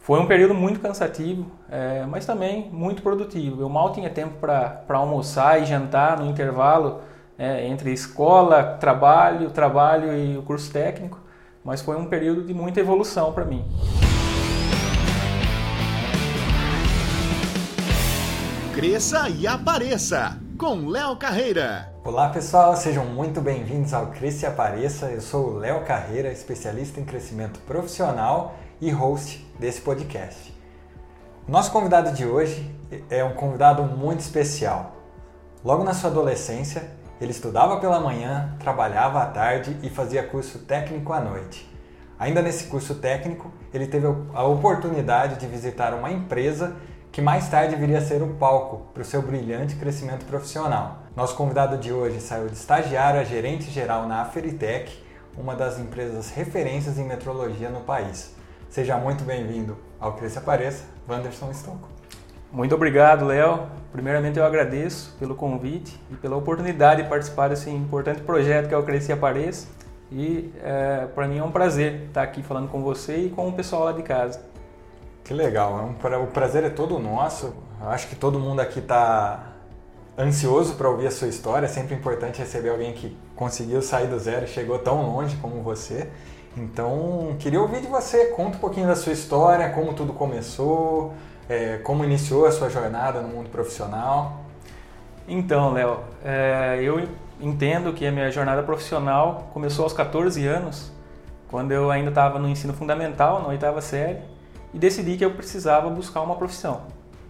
Foi um período muito cansativo, mas também muito produtivo. Eu mal tinha tempo para almoçar e jantar no intervalo entre escola, trabalho e o curso técnico, mas foi um período de muita evolução para mim. Cresça e Apareça, com Léo Carreira. Olá pessoal, sejam muito bem-vindos ao Cresça e Apareça. Eu sou o Léo Carreira, especialista em crescimento profissional e host desse podcast. Nosso convidado de hoje é um convidado muito especial. Logo na sua adolescência, ele estudava pela manhã, trabalhava à tarde e fazia curso técnico à noite. Ainda nesse curso técnico, ele teve a oportunidade de visitar uma empresa que mais tarde viria a ser o palco para o seu brilhante crescimento profissional. Nosso convidado de hoje saiu de estagiário a gerente geral na Aferitec, uma das empresas referências em metrologia no país. Seja muito bem-vindo ao Cresça e Apareça, Wanderson Stocco. Muito obrigado, Léo. Primeiramente eu agradeço pelo convite e pela oportunidade de participar desse importante projeto que é o Cresça e Apareça. E para mim é um prazer estar aqui falando com você e com o pessoal lá de casa. Que legal, o prazer é todo nosso. Eu acho que todo mundo aqui está ansioso para ouvir a sua história. É sempre importante receber alguém que conseguiu sair do zero e chegou tão longe como você. Então, queria ouvir de você. Conta um pouquinho da sua história, como tudo começou, como iniciou a sua jornada no mundo profissional. Então, Léo, eu entendo que a minha jornada profissional começou aos 14 anos, quando eu ainda estava no ensino fundamental, na 8ª série, e decidi que eu precisava buscar uma profissão.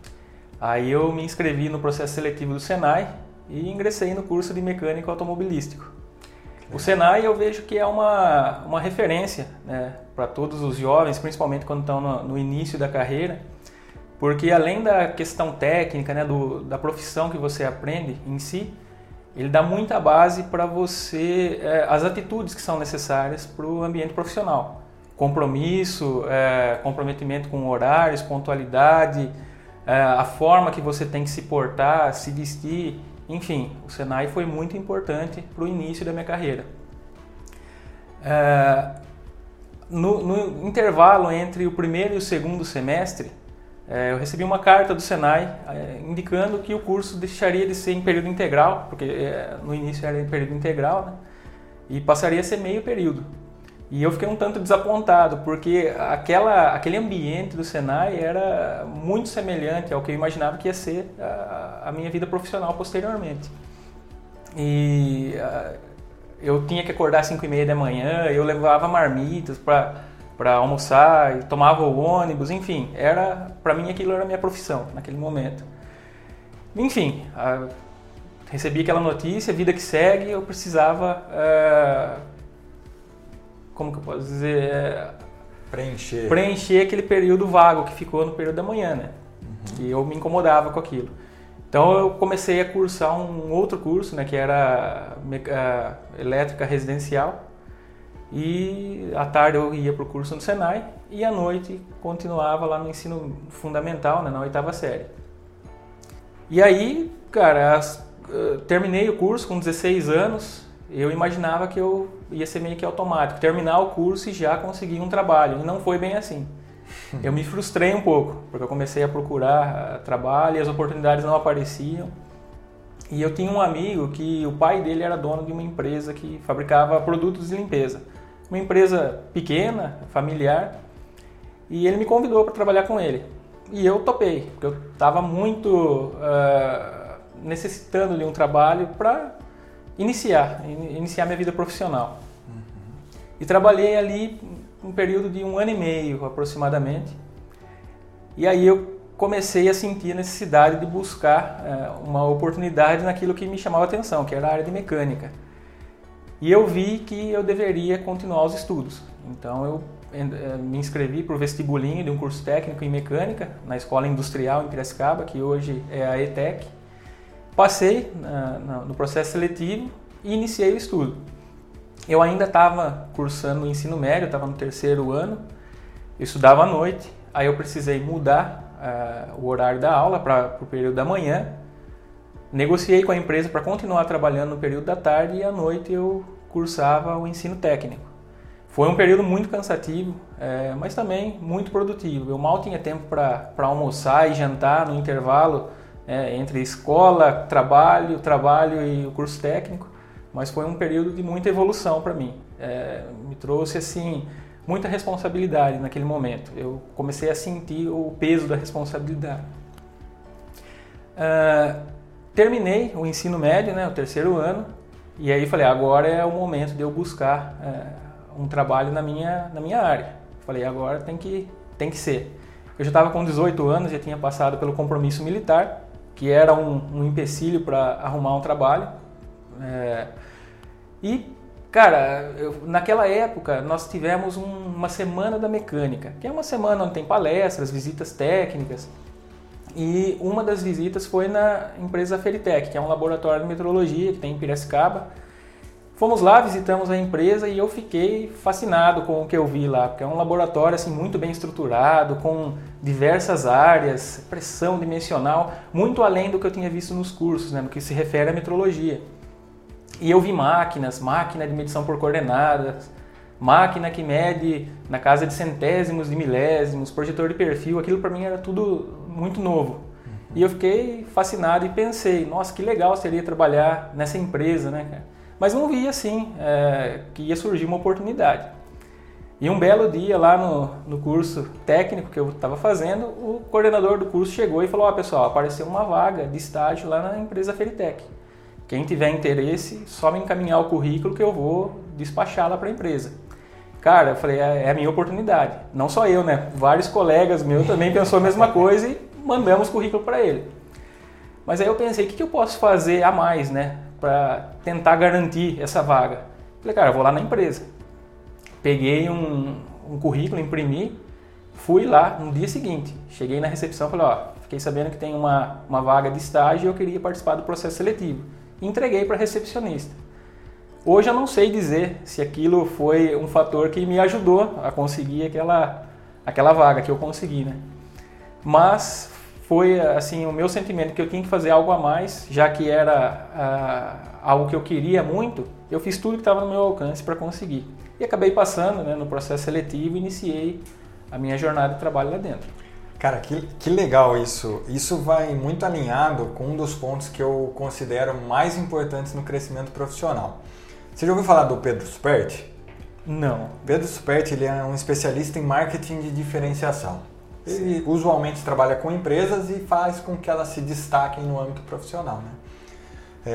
Aí eu me inscrevi no processo seletivo do Senai e ingressei no curso de mecânico automobilístico. O Senai eu vejo que é uma referência, né, para todos os jovens, principalmente quando estão no início da carreira, porque além da questão técnica, né, da profissão que você aprende em si, ele dá muita base para você, as atitudes que são necessárias para o ambiente profissional. Compromisso, comprometimento com horários, pontualidade, a forma que você tem que se portar, se vestir. Enfim, o Senai foi muito importante para o início da minha carreira. No intervalo entre o primeiro e o segundo semestre, eu recebi uma carta do Senai indicando que o curso deixaria de ser em período integral, porque no início era em período integral, né, e passaria a ser meio período. E eu fiquei um tanto desapontado, porque aquele ambiente do Senai era muito semelhante ao que eu imaginava que ia ser a minha vida profissional posteriormente. E eu tinha que acordar às 5h30 da manhã, eu levava marmitas para almoçar, tomava o ônibus, enfim, para mim aquilo era a minha profissão naquele momento. Enfim, recebi aquela notícia, vida que segue, eu precisava... como que eu posso dizer? Preencher aquele período vago que ficou no período da manhã, né? Uhum. E eu me incomodava com aquilo. Então eu comecei a cursar um outro curso, né, que era elétrica residencial. E à tarde eu ia para o curso no Senai e à noite continuava lá no ensino fundamental, né, na 8ª série. E aí, cara, terminei o curso com 16 anos. Eu imaginava que eu ia ser meio que automático, terminar o curso e já conseguir um trabalho, e não foi bem assim. Eu me frustrei um pouco, porque eu comecei a procurar trabalho e as oportunidades não apareciam. E eu tinha um amigo que o pai dele era dono de uma empresa que fabricava produtos de limpeza. Uma empresa pequena, familiar, e ele me convidou para trabalhar com ele. E eu topei, porque eu estava muito necessitando de um trabalho para iniciar minha vida profissional. Uhum. E trabalhei ali um período de 1 ano e meio aproximadamente. E aí eu comecei a sentir a necessidade de buscar uma oportunidade naquilo que me chamava a atenção, que era a área de mecânica. E eu vi que eu deveria continuar os estudos. Então eu me inscrevi para o vestibulinho de um curso técnico em mecânica na Escola Industrial em Piracicaba, que hoje é a ETEC. Passei no processo seletivo e iniciei o estudo. Eu ainda estava cursando o ensino médio, estava no 3º ano, eu estudava à noite, aí eu precisei mudar o horário da aula para o período da manhã, negociei com a empresa para continuar trabalhando no período da tarde e à noite eu cursava o ensino técnico. Foi um período muito cansativo, mas também muito produtivo. Eu mal tinha tempo para almoçar e jantar no intervalo entre escola, trabalho e o curso técnico, mas foi um período de muita evolução para mim. Me trouxe assim muita responsabilidade naquele momento. Eu comecei a sentir o peso da responsabilidade. Terminei o ensino médio, né, o 3º ano, e aí falei, agora é o momento de eu buscar um trabalho na minha área. Falei, agora tem que ser. Eu já estava com 18 anos, já tinha passado pelo compromisso militar, que era um empecilho para arrumar um trabalho. E, cara, naquela época nós tivemos uma semana da mecânica, que é uma semana onde tem palestras, visitas técnicas. E uma das visitas foi na empresa Feritec, que é um laboratório de metrologia que tem em Piracicaba. Fomos lá, visitamos a empresa e eu fiquei fascinado com o que eu vi lá, porque é um laboratório assim, muito bem estruturado, com diversas áreas, pressão dimensional, muito além do que eu tinha visto nos cursos, né, no que se refere à metrologia. E eu vi máquina de medição por coordenadas, máquina que mede na casa de centésimos de milésimos, projetor de perfil, aquilo para mim era tudo muito novo. E eu fiquei fascinado e pensei, nossa, que legal seria trabalhar nessa empresa, né, cara? Mas não vi assim que ia surgir uma oportunidade. E um belo dia lá no curso técnico que eu estava fazendo, o coordenador do curso chegou e falou, pessoal, apareceu uma vaga de estágio lá na empresa Feritec. Quem tiver interesse, só me encaminhar o currículo que eu vou despachar lá para a empresa. Cara, eu falei, é a minha oportunidade. Não só eu, né? Vários colegas meus também pensou a mesma coisa e mandamos currículo para ele. Mas aí eu pensei, o que eu posso fazer a mais, né? Para tentar garantir essa vaga. Falei, cara, eu vou lá na empresa. Peguei um currículo, imprimi, fui lá no dia seguinte. Cheguei na recepção e falei, fiquei sabendo que tem uma vaga de estágio e eu queria participar do processo seletivo. Entreguei para a recepcionista. Hoje eu não sei dizer se aquilo foi um fator que me ajudou a conseguir aquela vaga que eu consegui, né? Mas foi assim o meu sentimento que eu tinha que fazer algo a mais, já que era algo que eu queria muito, eu fiz tudo que estava no meu alcance para conseguir. E acabei passando, né, no processo seletivo e iniciei a minha jornada de trabalho lá dentro. Cara, que legal isso. Isso vai muito alinhado com um dos pontos que eu considero mais importantes no crescimento profissional. Você já ouviu falar do Pedro Superti? Não. Pedro Superti, ele é um especialista em marketing de diferenciação. Ele usualmente trabalha com empresas e faz com que elas se destaquem no âmbito profissional, né?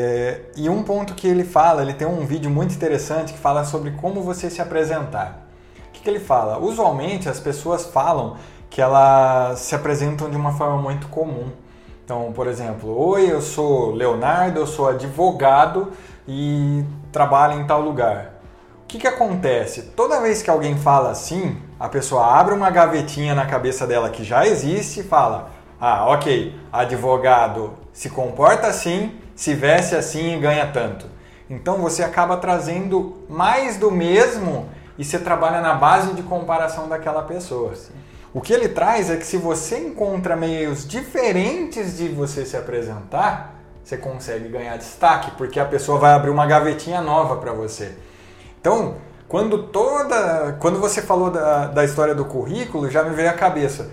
E um ponto que ele fala, ele tem um vídeo muito interessante que fala sobre como você se apresentar. O que ele fala? Usualmente as pessoas falam que elas se apresentam de uma forma muito comum. Então, por exemplo, oi, eu sou Leonardo, eu sou advogado e trabalho em tal lugar. O que acontece? Toda vez que alguém fala assim, a pessoa abre uma gavetinha na cabeça dela que já existe e fala, ok, advogado se comporta assim, se veste assim e ganha tanto. Então você acaba trazendo mais do mesmo e você trabalha na base de comparação daquela pessoa. Sim. O que ele traz é que se você encontra meios diferentes de você se apresentar, você consegue ganhar destaque, porque a pessoa vai abrir uma gavetinha nova para você. Então, quando você falou da história do currículo, já me veio à cabeça.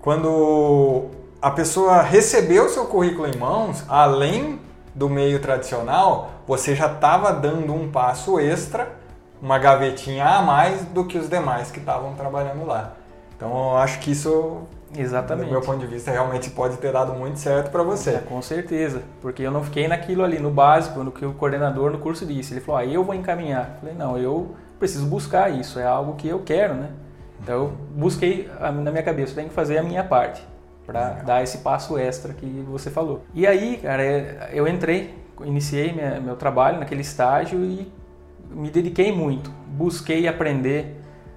Quando a pessoa recebeu o seu currículo em mãos, além do meio tradicional, você já estava dando um passo extra, uma gavetinha a mais do que os demais que estavam trabalhando lá. Então, eu acho que isso, exatamente, do meu ponto de vista, realmente pode ter dado muito certo para você. Com certeza, porque eu não fiquei naquilo ali, no básico, no que o coordenador no curso disse. Ele falou, eu vou encaminhar. Eu falei, não, eu preciso buscar isso, é algo que eu quero, né? Então, eu busquei na minha cabeça, eu tenho que fazer a minha parte para dar esse passo extra que você falou. E aí, cara, eu iniciei meu trabalho naquele estágio e me dediquei muito, busquei aprender.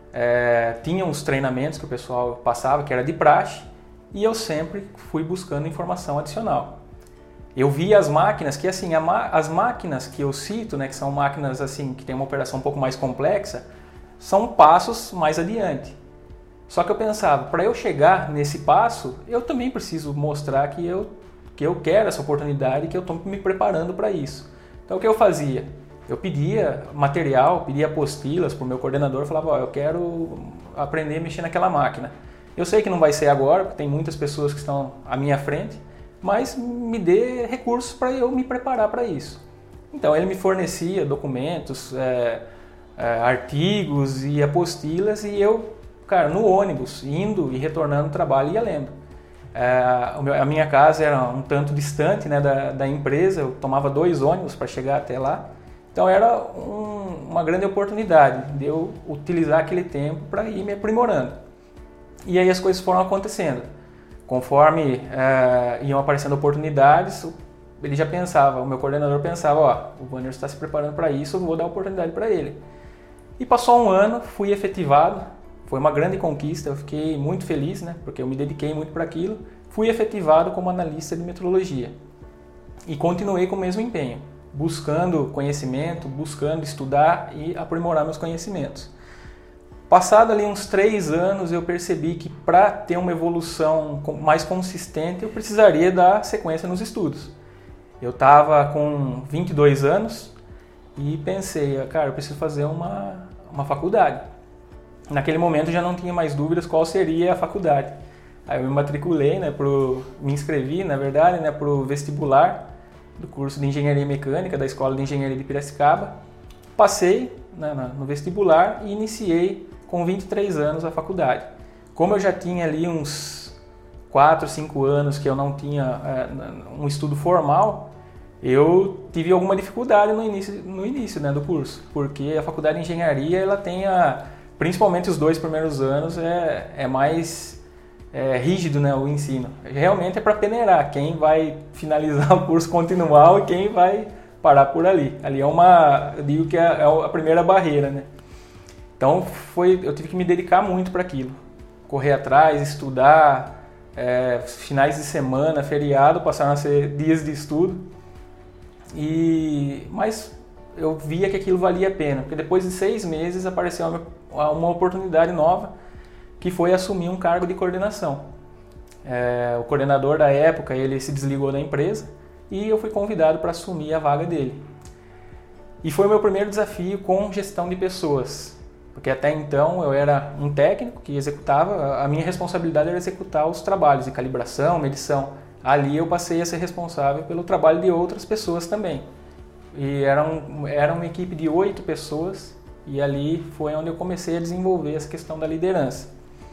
Tinha uns treinamentos que o pessoal passava, que era de praxe, e eu sempre fui buscando informação adicional. Eu vi as máquinas, que assim, as máquinas que eu cito, né, que são máquinas assim, que tem uma operação um pouco mais complexa, são passos mais adiante. Só que eu pensava, para eu chegar nesse passo, eu também preciso mostrar que eu quero essa oportunidade e que eu estou me preparando para isso. Então o que eu fazia? Eu pedia material, pedia apostilas para o meu coordenador, falava, eu quero aprender a mexer naquela máquina. Eu sei que não vai ser agora, porque tem muitas pessoas que estão à minha frente, mas me dê recursos para eu me preparar para isso. Então ele me fornecia documentos, artigos e apostilas e eu, cara, no ônibus, indo e retornando do trabalho, ia lendo. A minha casa era um tanto distante, né, da empresa, eu tomava 2 ônibus para chegar até lá. Então era uma grande oportunidade de eu utilizar aquele tempo para ir me aprimorando. E aí as coisas foram acontecendo. Conforme iam aparecendo oportunidades, ele já pensava, o meu coordenador pensava, o Wanderson está se preparando para isso, eu vou dar oportunidade para ele. E passou um ano, fui efetivado, foi uma grande conquista, eu fiquei muito feliz, né, porque eu me dediquei muito para aquilo, fui efetivado como analista de metrologia. E continuei com o mesmo empenho, buscando conhecimento, buscando estudar e aprimorar meus conhecimentos. Passado ali uns 3 anos, eu percebi que para ter uma evolução mais consistente, eu precisaria dar sequência nos estudos. Eu estava com 22 anos e pensei, cara, eu preciso fazer uma faculdade. Naquele momento já não tinha mais dúvidas qual seria a faculdade. Aí eu me matriculei, né, me inscrevi, na verdade, né, para o vestibular do curso de Engenharia Mecânica da Escola de Engenharia de Piracicaba. Passei, né, no vestibular e iniciei com 23 anos a faculdade. Como eu já tinha ali uns 4, 5 anos que eu não tinha um estudo formal, eu tive alguma dificuldade no início, né, do curso, porque a faculdade de engenharia ela tem principalmente os 2 primeiros anos é mais rígido, né, o ensino. Realmente é para peneirar quem vai finalizar o curso continual e quem vai parar por ali. Ali eu digo que é a primeira barreira, né? Então eu tive que me dedicar muito para aquilo, correr atrás, estudar, finais de semana, feriado, passaram a ser dias de estudo, mas eu via que aquilo valia a pena, porque depois de 6 meses apareceu uma oportunidade nova, que foi assumir um cargo de coordenação. O coordenador da época, ele se desligou da empresa e eu fui convidado para assumir a vaga dele. E foi o meu primeiro desafio com gestão de pessoas. Porque até então eu era um técnico que executava, a minha responsabilidade era executar os trabalhos de calibração, medição. Ali eu passei a ser responsável pelo trabalho de outras pessoas também. E era uma equipe de 8 pessoas e ali foi onde eu comecei a desenvolver essa questão da liderança.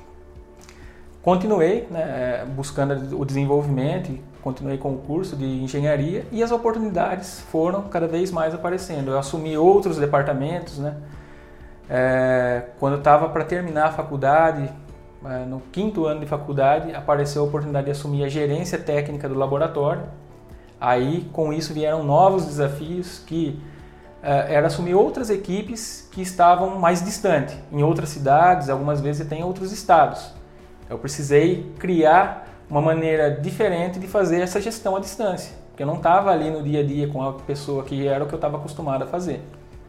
Continuei, né, buscando o desenvolvimento, continuei com o curso de engenharia e as oportunidades foram cada vez mais aparecendo. Eu assumi outros departamentos, né? Quando eu estava para terminar a faculdade, no 5º ano de faculdade, apareceu a oportunidade de assumir a gerência técnica do laboratório. Aí, com isso, vieram novos desafios, que era assumir outras equipes que estavam mais distantes, em outras cidades, algumas vezes até em outros estados. Eu precisei criar uma maneira diferente de fazer essa gestão à distância, porque eu não estava ali no dia a dia com a pessoa que era o que eu estava acostumado a fazer.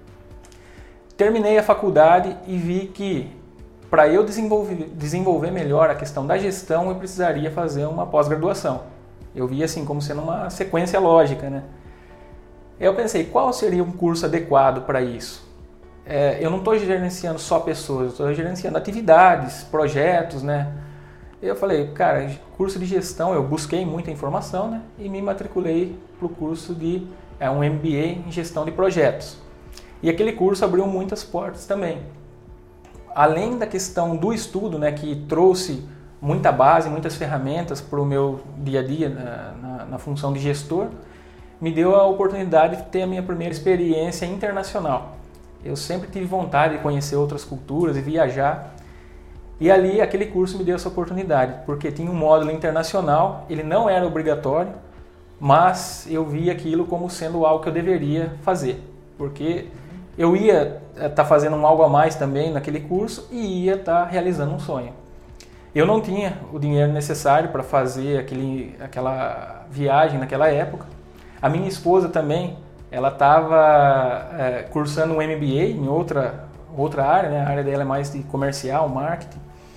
Terminei a faculdade e vi que para eu desenvolver melhor a questão da gestão, eu precisaria fazer uma pós-graduação. Eu vi assim como sendo uma sequência lógica, né? Eu pensei, qual seria um curso adequado para isso? Eu não estou gerenciando só pessoas, eu estou gerenciando atividades, projetos, né? Eu falei, cara, curso de gestão, eu busquei muita informação, né? E me matriculei para o curso de um MBA em gestão de projetos. E aquele curso abriu muitas portas também. Além da questão do estudo, né, que trouxe muita base, muitas ferramentas para o meu dia a dia na função de gestor, me deu a oportunidade de ter a minha primeira experiência internacional. Eu sempre tive vontade de conhecer outras culturas e viajar. E ali, aquele curso me deu essa oportunidade, porque tinha um módulo internacional, ele não era obrigatório, mas eu via aquilo como sendo algo que eu deveria fazer, porque eu ia estar fazendo algo a mais também naquele curso e ia estar realizando um sonho. Eu não tinha o dinheiro necessário para fazer aquela viagem naquela época. A minha esposa também, ela estava cursando um MBA em outra área, né? A área dela é mais de comercial, marketing.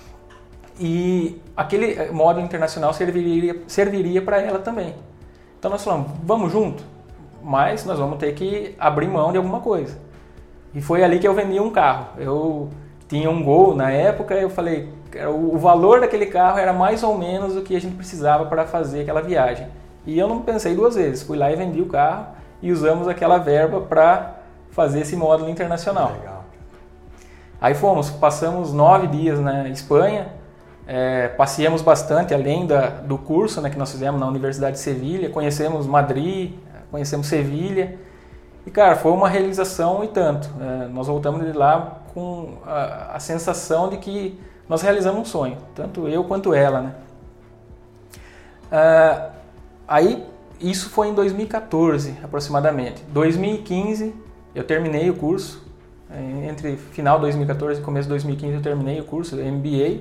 E aquele módulo internacional serviria para ela também. Então nós falamos, vamos junto? mas nós vamos ter que abrir mão de alguma coisa. E foi ali que eu vendi um carro. Eu tinha um Gol na época, eu falei, o valor daquele carro era mais ou menos o que a gente precisava para fazer aquela viagem. E eu não pensei duas vezes, fui lá e vendi o carro e usamos aquela verba para fazer esse módulo internacional. Legal. Aí passamos 9 dias na Espanha, passeamos bastante além do curso, né, que nós fizemos na Universidade de Sevilha, conhecemos Madrid, conhecemos Sevilha. E, cara, foi uma realização e tanto. Nós voltamos de lá com a sensação de que nós realizamos um sonho, tanto eu quanto ela, né? Aí, isso foi em 2014, aproximadamente. 2015, eu terminei o curso. Entre final de 2014 e começo de 2015, eu terminei o curso, MBA.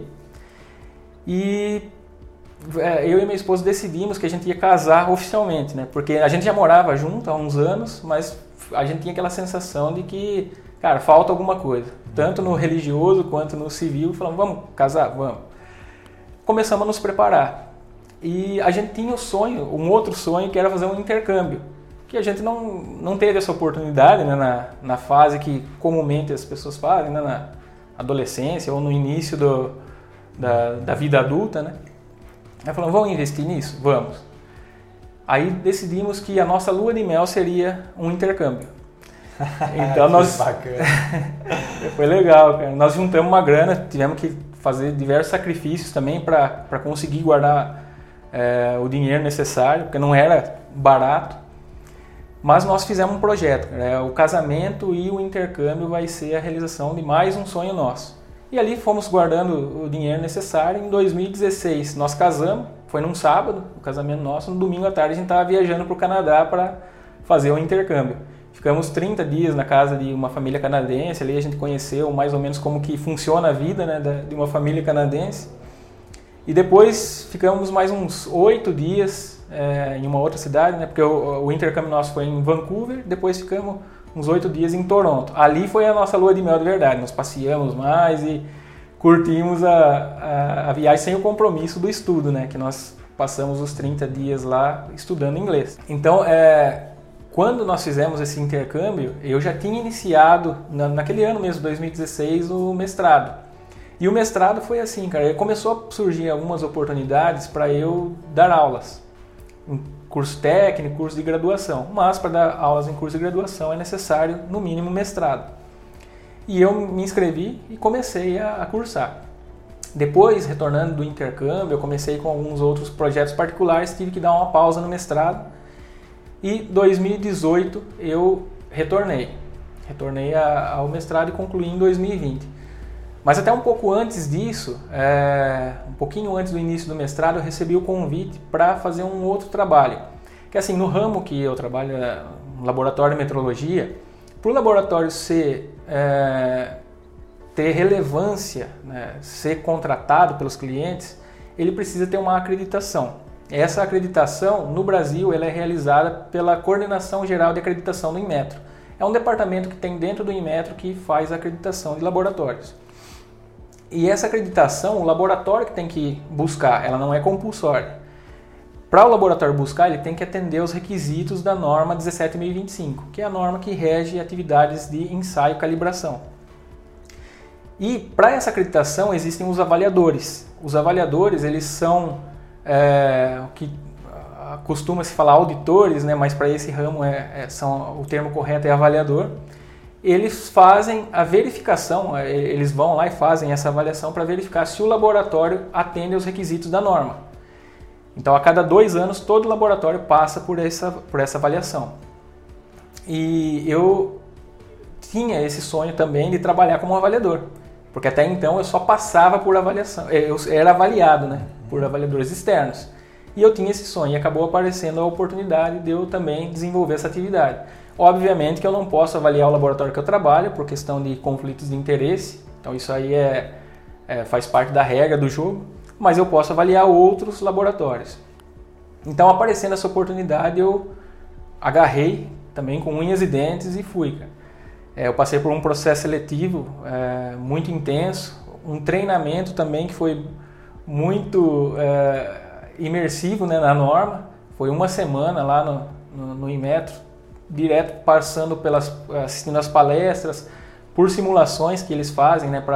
E eu e minha esposa decidimos que a gente ia casar oficialmente, né? Porque a gente já morava junto há uns anos, mas a gente tinha aquela sensação de que, cara, falta alguma coisa. Tanto no religioso quanto no civil. Falamos, vamos casar? Vamos. Começamos a nos preparar. E a gente tinha um outro sonho, que era fazer um intercâmbio. Que a gente não teve essa oportunidade, né, na fase que comumente as pessoas fazem, né, na adolescência ou no início da vida adulta, né? Aí falamos, vamos investir nisso? Vamos. Aí decidimos que a nossa lua de mel seria um intercâmbio. Então nós... Bacana. Foi legal, cara. Nós juntamos uma grana, tivemos que fazer diversos sacrifícios também para conseguir guardar o dinheiro necessário, porque não era barato. Mas nós fizemos um projeto, o casamento e o intercâmbio vai ser a realização de mais um sonho nosso. E ali fomos guardando o dinheiro necessário. Em 2016 nós casamos, foi num sábado, o casamento nosso. No domingo à tarde a gente estava viajando para o Canadá para fazer o intercâmbio. Ficamos 30 dias na casa de uma família canadense, ali a gente conheceu mais ou menos como que funciona a vida, né, de uma família canadense. E depois ficamos mais uns 8 dias em uma outra cidade, né, porque o intercâmbio nosso foi em Vancouver, depois ficamos uns 8 dias em Toronto. Ali foi a nossa lua de mel de verdade, nós passeamos mais e curtimos a viagem sem o compromisso do estudo, né, que nós passamos os 30 dias lá estudando inglês. Então, quando nós fizemos esse intercâmbio, eu já tinha iniciado, naquele ano mesmo, 2016, o mestrado. E o mestrado foi assim, cara, começou a surgir algumas oportunidades para eu dar aulas, em curso técnico, curso de graduação. Mas para dar aulas em curso de graduação é necessário, no mínimo, mestrado. E eu me inscrevi e comecei a cursar. Depois, retornando do intercâmbio, eu comecei com alguns outros projetos particulares, tive que dar uma pausa no mestrado. E em 2018 eu retornei ao mestrado e concluí em 2020. Mas até um pouco antes disso, um pouquinho antes do início do mestrado, eu recebi o convite para fazer um outro trabalho. Que assim, no ramo que eu trabalho, no laboratório de metrologia, para o laboratório ter relevância, né, ser contratado pelos clientes, ele precisa ter uma acreditação. Essa acreditação, no Brasil, ela é realizada pela Coordenação Geral de Acreditação do Inmetro. É um departamento que tem dentro do Inmetro que faz a acreditação de laboratórios. E essa acreditação, o laboratório que tem que buscar, ela não é compulsória. Para o laboratório buscar, ele tem que atender os requisitos da norma 17.025, que é a norma que rege atividades de ensaio e calibração. E para essa acreditação existem os avaliadores. Os avaliadores, eles são o que costuma-se falar auditores, né? Mas para esse ramo o termo correto é avaliador. Eles fazem a verificação, eles vão lá e fazem essa avaliação para verificar se o laboratório atende aos requisitos da norma. Então, a cada 2 anos, todo laboratório passa por essa avaliação. E eu tinha esse sonho também de trabalhar como avaliador, porque até então eu só passava por avaliação, eu era avaliado, né, por avaliadores externos. E eu tinha esse sonho e acabou aparecendo a oportunidade de eu também desenvolver essa atividade. Obviamente que eu não posso avaliar o laboratório que eu trabalho por questão de conflitos de interesse, então isso aí faz parte da regra do jogo, mas eu posso avaliar outros laboratórios. Então, aparecendo essa oportunidade, eu agarrei também com unhas e dentes e fui, cara. Eu passei por um processo seletivo muito intenso, um treinamento também que foi muito imersivo, né, na norma. Foi uma semana lá no Inmetro, direto passando assistindo as palestras, por simulações que eles fazem, né,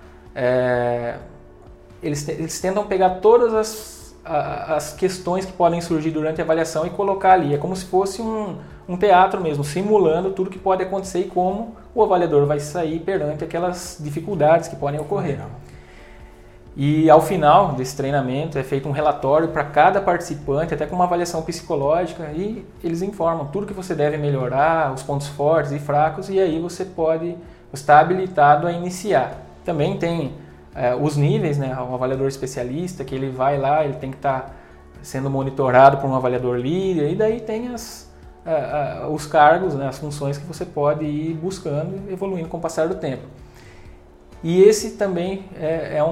eles tentam pegar todas as questões que podem surgir durante a avaliação e colocar ali. É como se fosse um teatro mesmo, simulando tudo que pode acontecer e como o avaliador vai sair perante aquelas dificuldades que podem ocorrer. E ao final desse treinamento é feito um relatório para cada participante, até com uma avaliação psicológica, e eles informam tudo que você deve melhorar, os pontos fortes e fracos, e aí você está habilitado a iniciar. Também tem os níveis, né? O avaliador especialista, que ele vai lá, ele tem que estar sendo monitorado por um avaliador líder, e daí tem os cargos, né? As funções que você pode ir buscando e evoluindo com o passar do tempo. E esse também é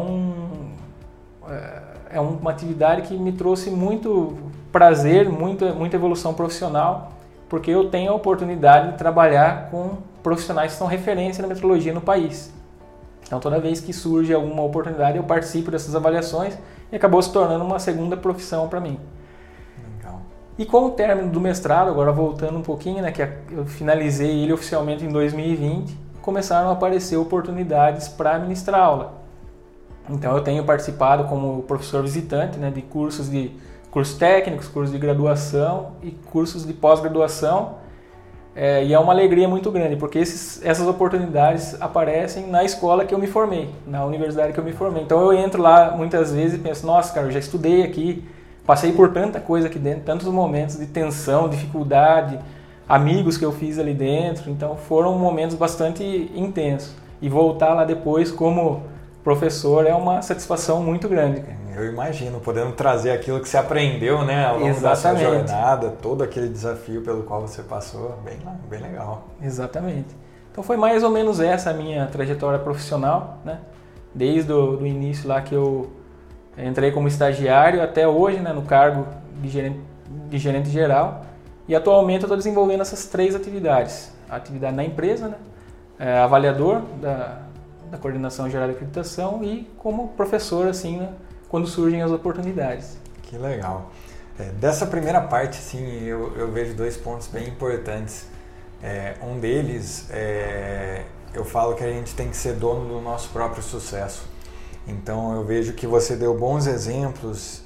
uma atividade que me trouxe muito prazer, muita evolução profissional, porque eu tenho a oportunidade de trabalhar com profissionais que são referência na metrologia no país. Então toda vez que surge alguma oportunidade eu participo dessas avaliações e acabou se tornando uma segunda profissão para mim. Legal. E com o término do mestrado, agora voltando um pouquinho, né, que eu finalizei ele oficialmente em 2020, começaram a aparecer oportunidades para ministrar aula. Então eu tenho participado como professor visitante, né, de cursos técnicos, cursos de graduação e cursos de pós-graduação, e é uma alegria muito grande, porque essas oportunidades aparecem na escola que eu me formei, na universidade que eu me formei. Então eu entro lá muitas vezes e penso, nossa, cara, eu já estudei aqui, passei por tanta coisa aqui dentro, tantos momentos de tensão, dificuldade, amigos que eu fiz ali dentro, então foram momentos bastante intensos. E voltar lá depois como professor é uma satisfação muito grande. Eu imagino, podendo trazer aquilo que você aprendeu, né, ao longo da sua jornada, todo aquele desafio pelo qual você passou, bem legal. Exatamente. Então foi mais ou menos essa a minha trajetória profissional, né? Desde o início lá que eu entrei como estagiário até hoje, né, no cargo de gerente geral. E atualmente eu estou desenvolvendo essas 3 atividades. A atividade na empresa, né? Avaliador da Coordenação Geral de Acreditação e como professor, assim, né? Quando surgem as oportunidades. Que legal. Dessa primeira parte, sim, eu vejo 2 pontos bem importantes. Um deles, eu falo que a gente tem que ser dono do nosso próprio sucesso. Então eu vejo que você deu bons exemplos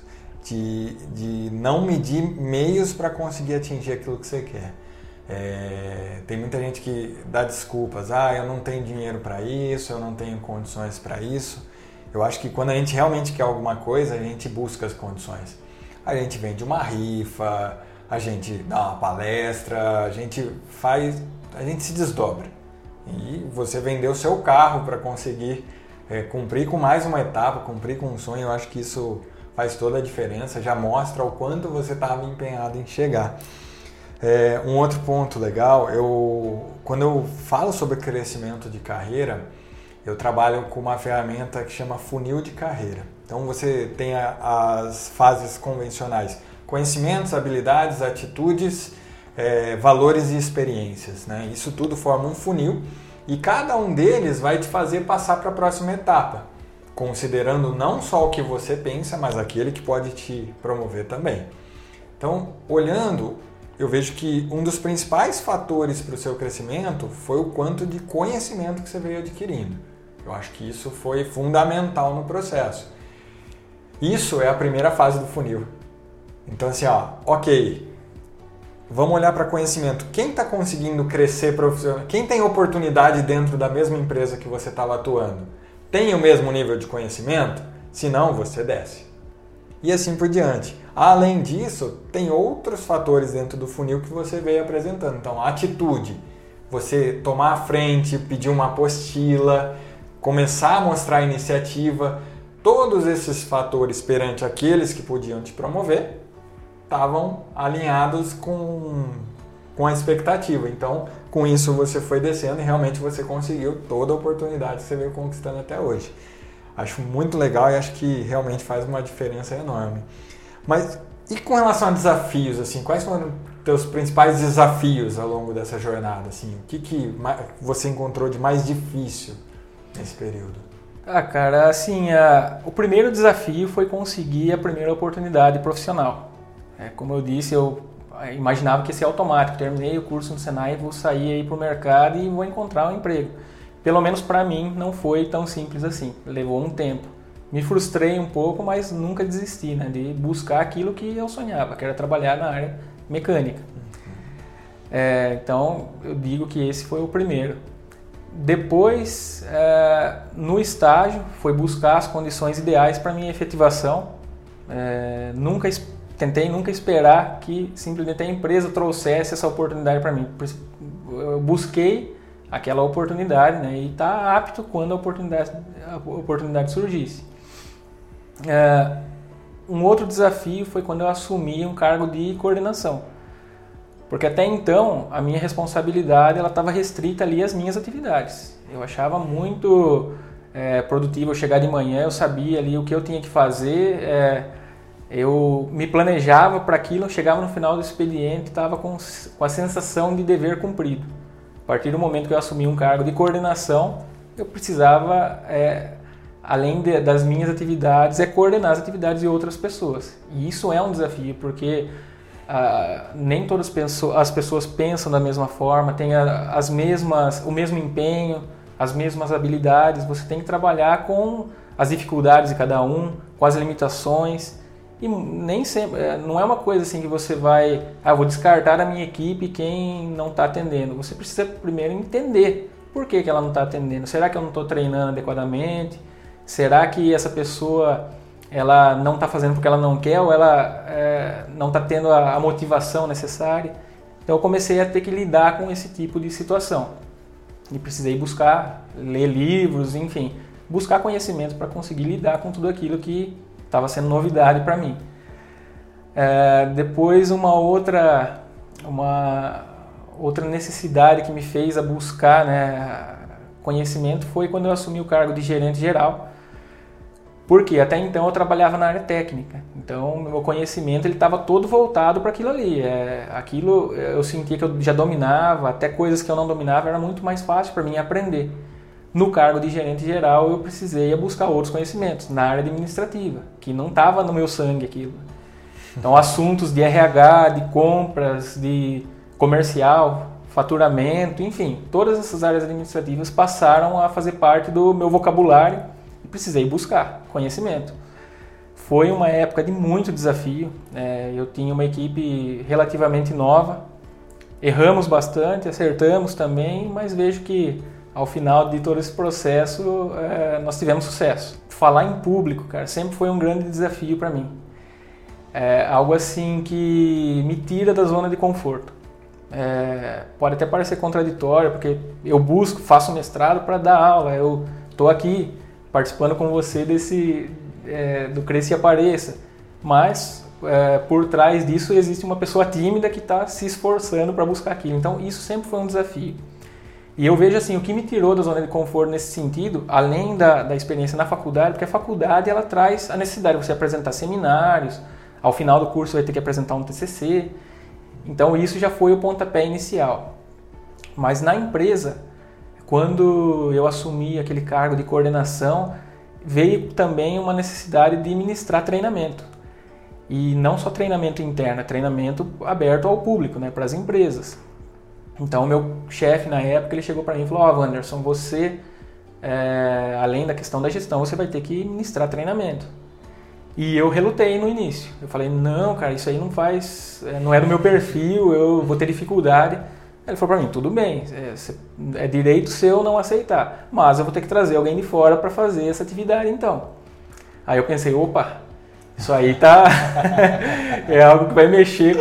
de não medir meios para conseguir atingir aquilo que você quer. Tem muita gente que dá desculpas, eu não tenho dinheiro para isso, eu não tenho condições para isso. Eu acho que quando a gente realmente quer alguma coisa, a gente busca as condições. A gente vende uma rifa, a gente dá uma palestra, a gente se desdobra. E você vendeu o seu carro para conseguir cumprir com mais uma etapa, cumprir com um sonho. Eu acho que isso faz toda a diferença, já mostra o quanto você estava empenhado em chegar. Um outro ponto legal, quando eu falo sobre crescimento de carreira, eu trabalho com uma ferramenta que chama funil de carreira. Então você tem as fases convencionais, conhecimentos, habilidades, atitudes, valores e experiências, né? Isso tudo forma um funil e cada um deles vai te fazer passar para a próxima etapa, considerando não só o que você pensa, mas aquele que pode te promover também. Então, olhando, eu vejo que um dos principais fatores para o seu crescimento foi o quanto de conhecimento que você veio adquirindo. Eu acho que isso foi fundamental no processo. Isso é a primeira fase do funil. Então, assim, ok, vamos olhar para conhecimento. Quem está conseguindo crescer profissionalmente? Quem tem oportunidade dentro da mesma empresa que você estava atuando? Tem o mesmo nível de conhecimento? Se não, você desce. E assim por diante. Além disso, tem outros fatores dentro do funil que você veio apresentando. Então, a atitude, você tomar a frente, pedir uma apostila, começar a mostrar a iniciativa, todos esses fatores perante aqueles que podiam te promover estavam alinhados com a expectativa. Então, com isso você foi descendo e realmente você conseguiu toda a oportunidade que você veio conquistando até hoje. Acho muito legal e acho que realmente faz uma diferença enorme. Mas e com relação a desafios, assim, quais foram os teus principais desafios ao longo dessa jornada? Assim, o que você encontrou de mais difícil nesse período? Cara, assim, o primeiro desafio foi conseguir a primeira oportunidade profissional. Como eu disse, imaginava que ia ser automático. Terminei o curso no Senai, vou sair aí para o mercado e vou encontrar um emprego. Pelo menos para mim não foi tão simples assim, levou um tempo. Me frustrei um pouco, mas nunca desisti, né, de buscar aquilo que eu sonhava, que era trabalhar na área mecânica. Então eu digo que esse foi o primeiro. Depois, no estágio, foi buscar as condições ideais para minha efetivação. Tentei nunca esperar que simplesmente a empresa trouxesse essa oportunidade para mim. Eu busquei aquela oportunidade, né, e estar apto quando a oportunidade surgisse. Um outro desafio foi quando eu assumi um cargo de coordenação. Porque até então, a minha responsabilidade estava restrita ali às minhas atividades. Eu achava muito produtivo eu chegar de manhã, eu sabia ali o que eu tinha que fazer, eu me planejava para aquilo, eu chegava no final do expediente, estava com a sensação de dever cumprido. A partir do momento que eu assumi um cargo de coordenação, eu precisava, além das minhas atividades, coordenar as atividades de outras pessoas. E isso é um desafio, porque nem todas as pessoas pensam da mesma forma, têm o mesmo empenho, as mesmas habilidades. Você tem que trabalhar com as dificuldades de cada um, com as limitações. E nem sempre, não é uma coisa assim que você vai, vou descartar da minha equipe quem não está atendendo. Você precisa primeiro entender por que ela não está atendendo. Será que eu não estou treinando adequadamente? Será que essa pessoa ela não está fazendo porque ela não quer ou ela não está tendo a motivação necessária? Então eu comecei a ter que lidar com esse tipo de situação. E precisei buscar, ler livros, enfim, buscar conhecimento para conseguir lidar com tudo aquilo que estava sendo novidade para mim. Depois uma outra necessidade que me fez a buscar, né, conhecimento foi quando eu assumi o cargo de gerente geral. Porque até então eu trabalhava na área técnica, então meu conhecimento estava todo voltado para aquilo ali. Aquilo eu sentia que eu já dominava, até coisas que eu não dominava era muito mais fácil para mim aprender. No cargo de gerente geral eu precisei buscar outros conhecimentos na área administrativa, que não estava no meu sangue aquilo. Então assuntos de RH, de compras, de comercial, faturamento, enfim, todas essas áreas administrativas passaram a fazer parte do meu vocabulário. Precisei buscar conhecimento. Foi uma época de muito desafio. Eu tinha uma equipe relativamente nova. Erramos bastante, acertamos também, mas vejo que ao final de todo esse processo nós tivemos sucesso. Falar em público, cara, sempre foi um grande desafio para mim. Algo assim que me tira da zona de conforto. Pode até parecer contraditório, porque eu faço mestrado para dar aula. Eu estou aqui participando com você do Cresça e Apareça, mas por trás disso existe uma pessoa tímida que está se esforçando para buscar aquilo. Então isso sempre foi um desafio. E eu vejo assim, o que me tirou da zona de conforto nesse sentido, além da experiência na faculdade, porque a faculdade ela traz a necessidade de você apresentar seminários, ao final do curso vai ter que apresentar um TCC, então isso já foi o pontapé inicial. Mas na empresa, quando eu assumi aquele cargo de coordenação, veio também uma necessidade de ministrar treinamento. E não só treinamento interno, treinamento aberto ao público, né, para as empresas. Então, o meu chefe na época, ele chegou para mim e falou: Wanderson, você, além da questão da gestão, você vai ter que ministrar treinamento. E eu relutei no início. Eu falei: não, cara, isso aí não é do meu perfil, eu vou ter dificuldade. Ele falou para mim: tudo bem, é direito seu não aceitar, mas eu vou ter que trazer alguém de fora para fazer essa atividade então. Aí eu pensei: opa, isso aí é algo que vai mexer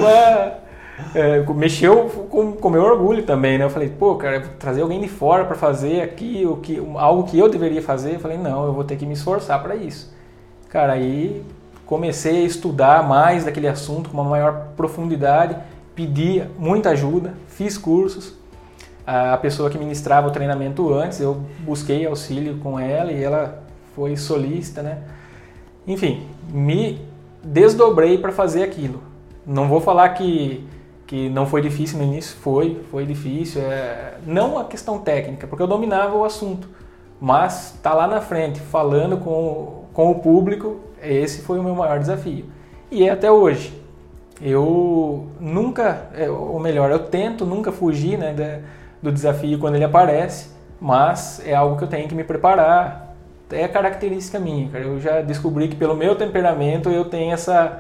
mexeu com o meu orgulho também, né? Eu falei: pô, cara, eu vou trazer alguém de fora para fazer aqui algo que eu deveria fazer. Eu falei: não, eu vou ter que me esforçar para isso. Cara, aí comecei a estudar mais daquele assunto com uma maior profundidade, pedi muita ajuda, fiz cursos. A pessoa que ministrava o treinamento antes, eu busquei auxílio com ela e ela foi solícita, né? Enfim, me desdobrei para fazer aquilo. Não vou falar que não foi difícil no início, foi difícil. Não a questão técnica, porque eu dominava o assunto, mas tá lá na frente, falando com o público, esse foi o meu maior desafio. E é até hoje. eu nunca, ou melhor, eu tento nunca fugir, né, do desafio quando ele aparece, mas é algo que eu tenho que me preparar. É característica minha, cara. Eu já descobri que pelo meu temperamento eu tenho essa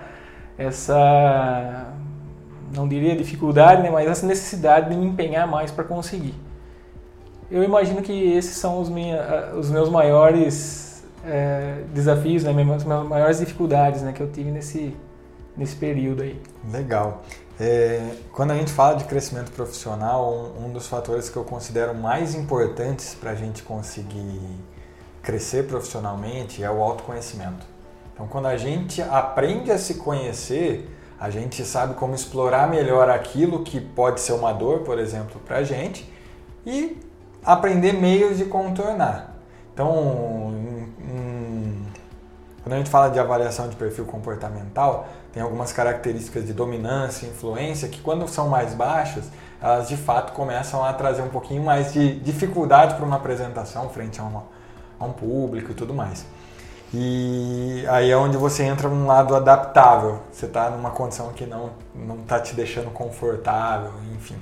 não diria dificuldade, né, mas essa necessidade de me empenhar mais para conseguir. Eu imagino que esses são os meus maiores desafios, né, as minhas maiores dificuldades, né, que eu tive nesse período aí. Legal. Quando a gente fala de crescimento profissional, um dos fatores que eu considero mais importantes para a gente conseguir crescer profissionalmente é o autoconhecimento. Então, quando a gente aprende a se conhecer, a gente sabe como explorar melhor aquilo que pode ser uma dor, por exemplo, para a gente, e aprender meios de contornar. Então, quando a gente fala de avaliação de perfil comportamental, tem algumas características de dominância e influência que, quando são mais baixas, elas de fato começam a trazer um pouquinho mais de dificuldade para uma apresentação frente a um público e tudo mais. E aí é onde você entra num lado adaptável. Você está numa condição que não está te deixando confortável, enfim.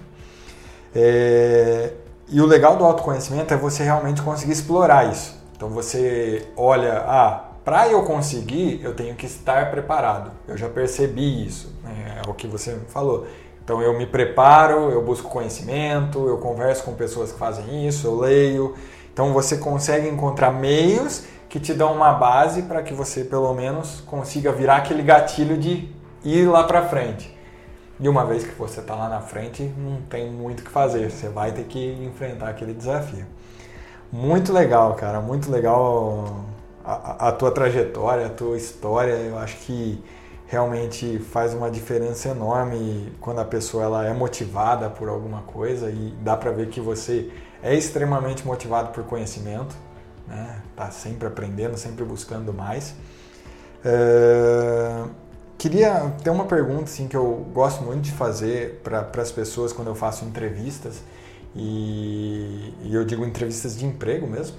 E o legal do autoconhecimento é você realmente conseguir explorar isso. Então você olha, para eu conseguir, eu tenho que estar preparado. Eu já percebi isso, é o que você falou. Então eu me preparo, eu busco conhecimento, eu converso com pessoas que fazem isso, eu leio. Então você consegue encontrar meios que te dão uma base para que você pelo menos consiga virar aquele gatilho de ir lá para frente. E uma vez que você está lá na frente, não tem muito o que fazer, você vai ter que enfrentar aquele desafio. Muito legal, cara, muito legal a tua trajetória, a tua história. Eu acho que realmente faz uma diferença enorme quando a pessoa ela é motivada por alguma coisa, e dá para ver que você é extremamente motivado por conhecimento, né? Tá sempre aprendendo, sempre buscando mais. Queria ter uma pergunta assim, que eu gosto muito de fazer para as pessoas quando eu faço entrevistas, e eu digo entrevistas de emprego mesmo,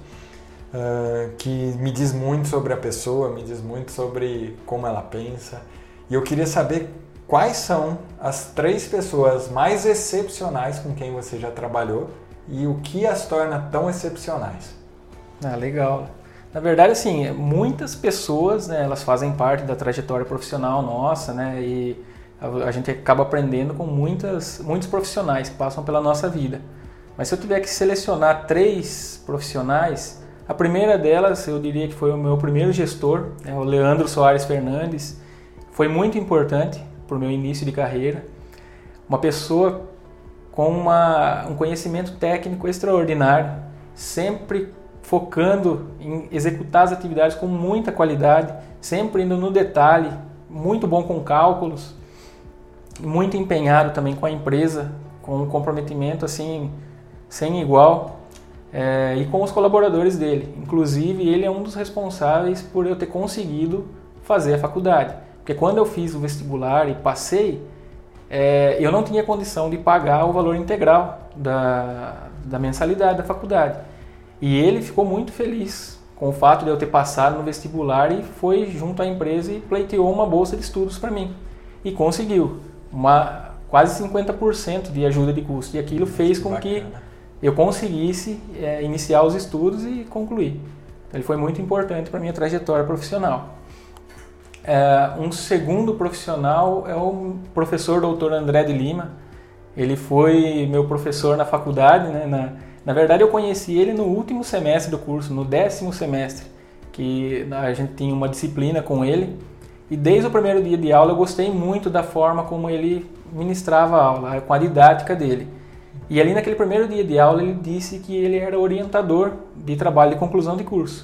que me diz muito sobre a pessoa, me diz muito sobre como ela pensa. E eu queria saber quais são as 3 pessoas mais excepcionais com quem você já trabalhou e o que as torna tão excepcionais. Legal. Na verdade, assim, muitas pessoas, né, elas fazem parte da trajetória profissional nossa, né, e a gente acaba aprendendo com muitos profissionais que passam pela nossa vida. Mas se eu tiver que selecionar 3 profissionais, a primeira delas, eu diria que foi o meu primeiro gestor, o Leandro Soares Fernandes. Foi muito importante para o meu início de carreira. Uma pessoa com um conhecimento técnico extraordinário, sempre focando em executar as atividades com muita qualidade, sempre indo no detalhe, muito bom com cálculos, muito empenhado também com a empresa, com um comprometimento assim, sem igual, e com os colaboradores dele. Inclusive, ele é um dos responsáveis por eu ter conseguido fazer a faculdade. Porque quando eu fiz o vestibular e passei, eu não tinha condição de pagar o valor integral da mensalidade da faculdade. E ele ficou muito feliz com o fato de eu ter passado no vestibular e foi junto à empresa e pleiteou uma bolsa de estudos para mim. E conseguiu quase 50% de ajuda de custo. E aquilo fez com que eu conseguisse iniciar os estudos e concluir. Então, ele foi muito importante para a minha trajetória profissional. Um segundo profissional é o professor Dr. André de Lima. Ele foi meu professor na faculdade, né? Na verdade, eu conheci ele no último semestre do curso, no 10º semestre, que a gente tinha uma disciplina com ele. E desde o primeiro dia de aula eu gostei muito da forma como ele ministrava a aula, com a didática dele. E ali naquele primeiro dia de aula ele disse que ele era orientador de trabalho de conclusão de curso.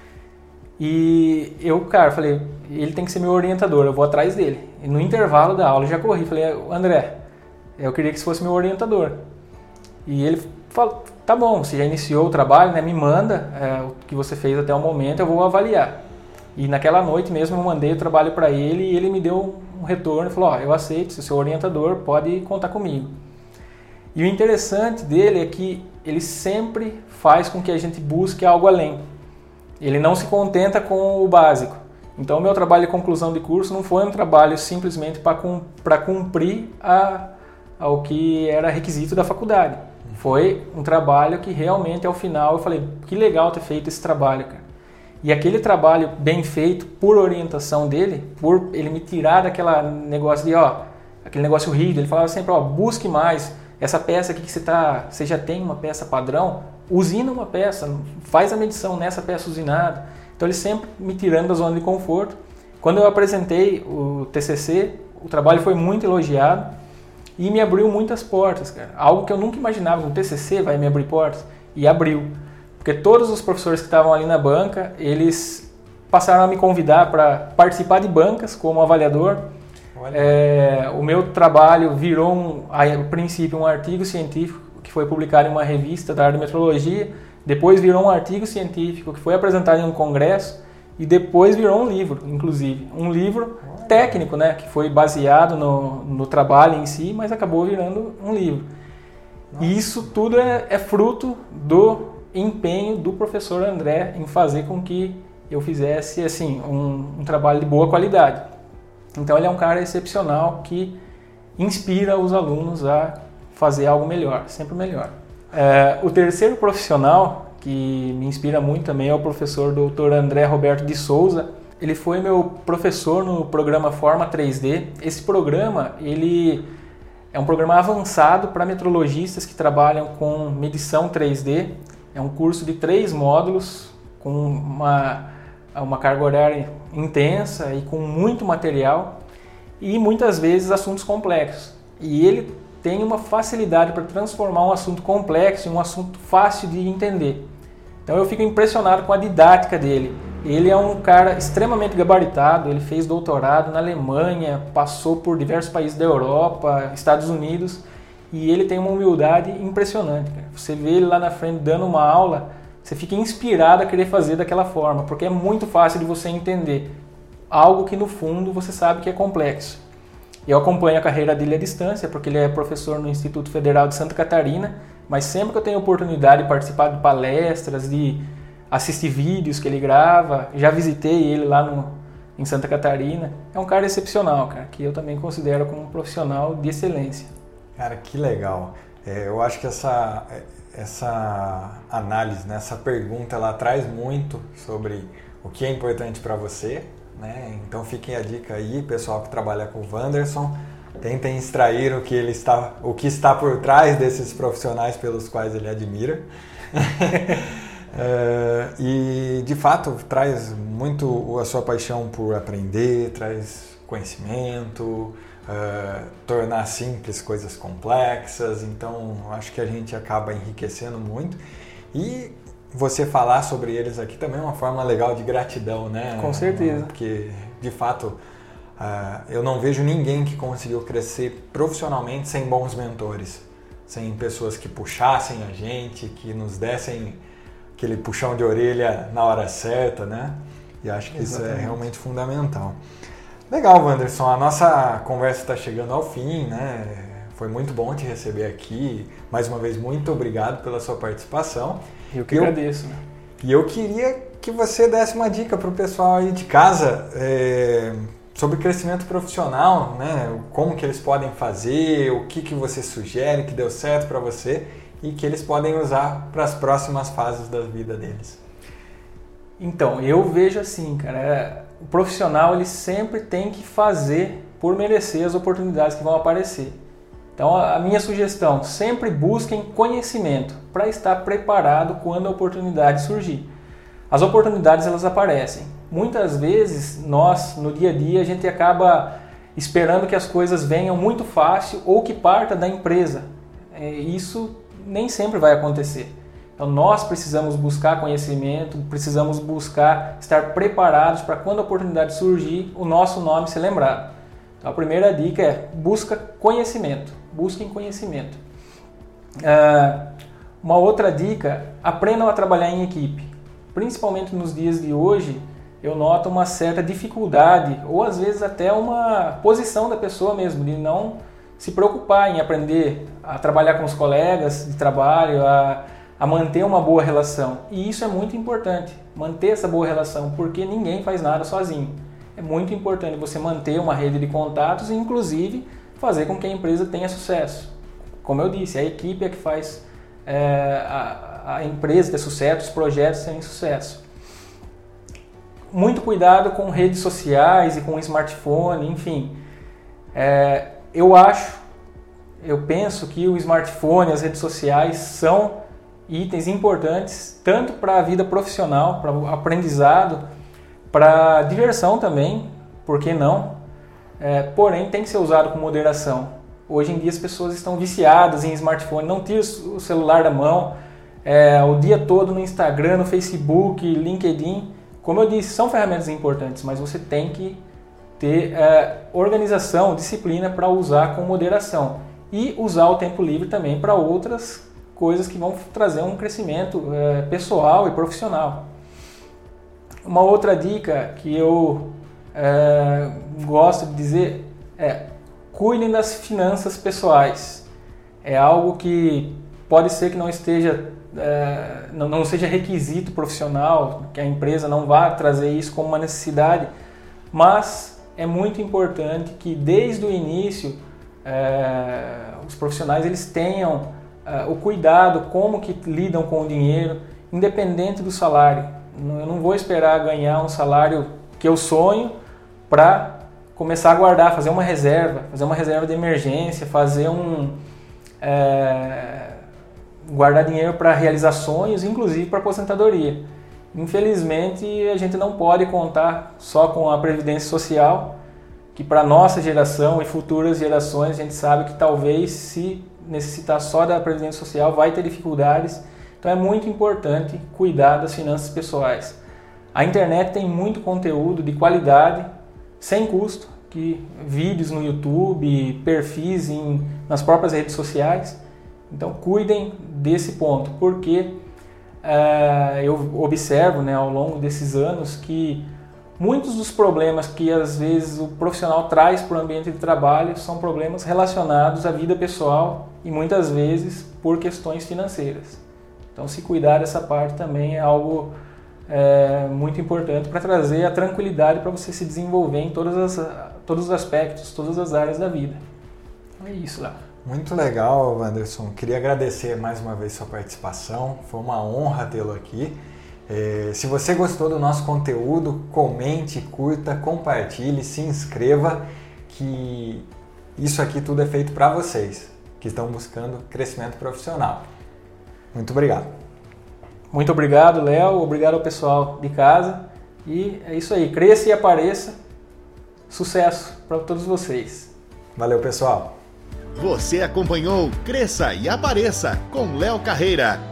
E eu, falei, ele tem que ser meu orientador, eu vou atrás dele. E no intervalo da aula eu já corri, falei, André, eu queria que você fosse meu orientador. E ele falou, tá bom, você já iniciou o trabalho, né? Me manda o que você fez até o momento, eu vou avaliar. E naquela noite mesmo eu mandei o trabalho para ele e ele me deu um retorno e falou, eu aceito, se seu orientador, pode contar comigo. E o interessante dele é que ele sempre faz com que a gente busque algo além. Ele não se contenta com o básico. Então, o meu trabalho de conclusão de curso não foi um trabalho simplesmente para cumprir ao que era requisito da faculdade. Foi um trabalho que realmente, ao final, eu falei, que legal ter feito esse trabalho, cara. E aquele trabalho bem feito, por orientação dele, por ele me tirar daquela negócio de, aquele negócio rígido, ele falava sempre, busque mais, essa peça aqui que você já tem uma peça padrão, usina uma peça, faz a medição nessa peça usinada. Então ele sempre me tirando da zona de conforto. Quando eu apresentei o TCC, o trabalho foi muito elogiado e me abriu muitas portas, cara. Algo que eu nunca imaginava, no TCC vai me abrir portas, e abriu. Porque todos os professores que estavam ali na banca, eles passaram a me convidar para participar de bancas como avaliador. O meu trabalho virou, a princípio, um artigo científico que foi publicado em uma revista da área de metrologia, depois virou um artigo científico que foi apresentado em um congresso e depois virou um livro, inclusive. Um livro técnico, né, que foi baseado no trabalho em si, mas acabou virando um livro. Nossa. E isso tudo é fruto do empenho do professor André em fazer com que eu fizesse assim, um trabalho de boa qualidade. Então ele é um cara excepcional que inspira os alunos a fazer algo melhor, sempre melhor. O terceiro profissional que me inspira muito também é o professor Dr. André Roberto de Souza. Ele foi meu professor no programa Forma 3D. Esse programa ele é um programa avançado para metrologistas que trabalham com medição 3D. É um curso de 3 módulos com uma carga horária intensa e com muito material e muitas vezes assuntos complexos. E ele tem uma facilidade para transformar um assunto complexo em um assunto fácil de entender. Então eu fico impressionado com a didática dele. Ele é um cara extremamente gabaritado, ele fez doutorado na Alemanha, passou por diversos países da Europa, Estados Unidos, e ele tem uma humildade impressionante, cara. Você vê ele lá na frente dando uma aula, você fica inspirado a querer fazer daquela forma, porque é muito fácil de você entender algo que no fundo você sabe que é complexo. Eu acompanho a carreira dele à distância, porque ele é professor no Instituto Federal de Santa Catarina, mas sempre que eu tenho oportunidade de participar de palestras, de assistir vídeos que ele grava, já visitei ele lá em Santa Catarina. É um cara excepcional, cara, que eu também considero como um profissional de excelência. Cara, que legal. Eu acho que essa análise, né, essa pergunta, ela traz muito sobre o que é importante para você, né? Então fiquem a dica aí, pessoal que trabalha com o Wanderson, tentem extrair o que está por trás desses profissionais pelos quais ele admira. E de fato traz muito a sua paixão por aprender, traz conhecimento, tornar simples coisas complexas. Então acho que a gente acaba enriquecendo muito, e você falar sobre eles aqui também é uma forma legal de gratidão, né? Com certeza. Porque de fato eu não vejo ninguém que conseguiu crescer profissionalmente sem bons mentores, sem pessoas que puxassem a gente, que nos dessem aquele puxão de orelha na hora certa, né? E acho que Exatamente. Isso é realmente fundamental. Legal, Wanderson, a nossa conversa está chegando ao fim, né? Foi muito bom te receber aqui. Mais uma vez, muito obrigado pela sua participação. Eu que agradeço. E eu queria que você desse uma dica para o pessoal aí de casa sobre crescimento profissional, né? Como que eles podem fazer, o que você sugere que deu certo para você e que eles podem usar para as próximas fases da vida deles. Então, eu vejo assim, cara, o profissional ele sempre tem que fazer por merecer as oportunidades que vão aparecer. Então, a minha sugestão, sempre busquem conhecimento para estar preparado quando a oportunidade surgir. As oportunidades, elas aparecem. Muitas vezes, nós, no dia a dia, a gente acaba esperando que as coisas venham muito fácil ou que parta da empresa. Isso nem sempre vai acontecer. Então, nós precisamos buscar conhecimento, precisamos buscar estar preparados para quando a oportunidade surgir, o nosso nome ser lembrado. Então, a primeira dica é busca conhecimento. Busquem conhecimento. Uma outra dica, aprendam a trabalhar em equipe. Principalmente nos dias de hoje, eu noto uma certa dificuldade, ou às vezes até uma posição da pessoa mesmo, de não se preocupar em aprender a trabalhar com os colegas de trabalho, a manter uma boa relação. E isso é muito importante, manter essa boa relação, porque ninguém faz nada sozinho. é muito importante você manter uma rede de contatos e, inclusive, fazer com que a empresa tenha sucesso. Como eu disse, a equipe é que faz a empresa ter sucesso, os projetos terem sucesso. Muito cuidado com redes sociais e com smartphone, enfim. Eu penso que o smartphone, as redes sociais são itens importantes tanto para a vida profissional, para o aprendizado, para a diversão também, por que não? Porém, tem que ser usado com moderação. Hoje em dia as pessoas estão viciadas em smartphone, não tira o celular da mão, o dia todo no Instagram, no Facebook, LinkedIn. Como eu disse, são ferramentas importantes, mas você tem que ter organização, disciplina para usar com moderação e usar o tempo livre também para outras coisas que vão trazer um crescimento pessoal e profissional. Uma outra dica que eu gosto de dizer é: cuidem das finanças pessoais. É algo que pode ser que não esteja, não seja requisito profissional, que a empresa não vá trazer isso como uma necessidade, mas é muito importante que desde o início os profissionais eles tenham o cuidado como que lidam com o dinheiro, independente do salário. Eu não vou esperar ganhar um salário que eu sonho para começar a guardar, fazer uma reserva de emergência, guardar dinheiro para realizar sonhos, inclusive para aposentadoria. Infelizmente, a gente não pode contar só com a Previdência Social, que para a nossa geração e futuras gerações a gente sabe que talvez, se necessitar só da Previdência Social, vai ter dificuldades. Então é muito importante cuidar das finanças pessoais. A internet tem muito conteúdo de qualidade, sem custo, vídeos no YouTube, perfis nas próprias redes sociais. Então cuidem desse ponto, porque eu observo, ao longo desses anos que muitos dos problemas que às vezes o profissional traz para o ambiente de trabalho são problemas relacionados à vida pessoal e muitas vezes por questões financeiras. Então se cuidar dessa parte também é algo muito importante para trazer a tranquilidade para você se desenvolver em todos os aspectos, todas as áreas da vida. É isso, Léo. Muito legal, Wanderson. Queria agradecer mais uma vez sua participação. Foi uma honra tê-lo aqui. Se você gostou do nosso conteúdo, comente, curta, compartilhe, se inscreva, que isso aqui tudo é feito para vocês que estão buscando crescimento profissional. Muito obrigado. Muito obrigado, Léo. Obrigado ao pessoal de casa. E é isso aí. Cresça e apareça. Sucesso para todos vocês. Valeu, pessoal. Você acompanhou Cresça e Apareça com Léo Carreira.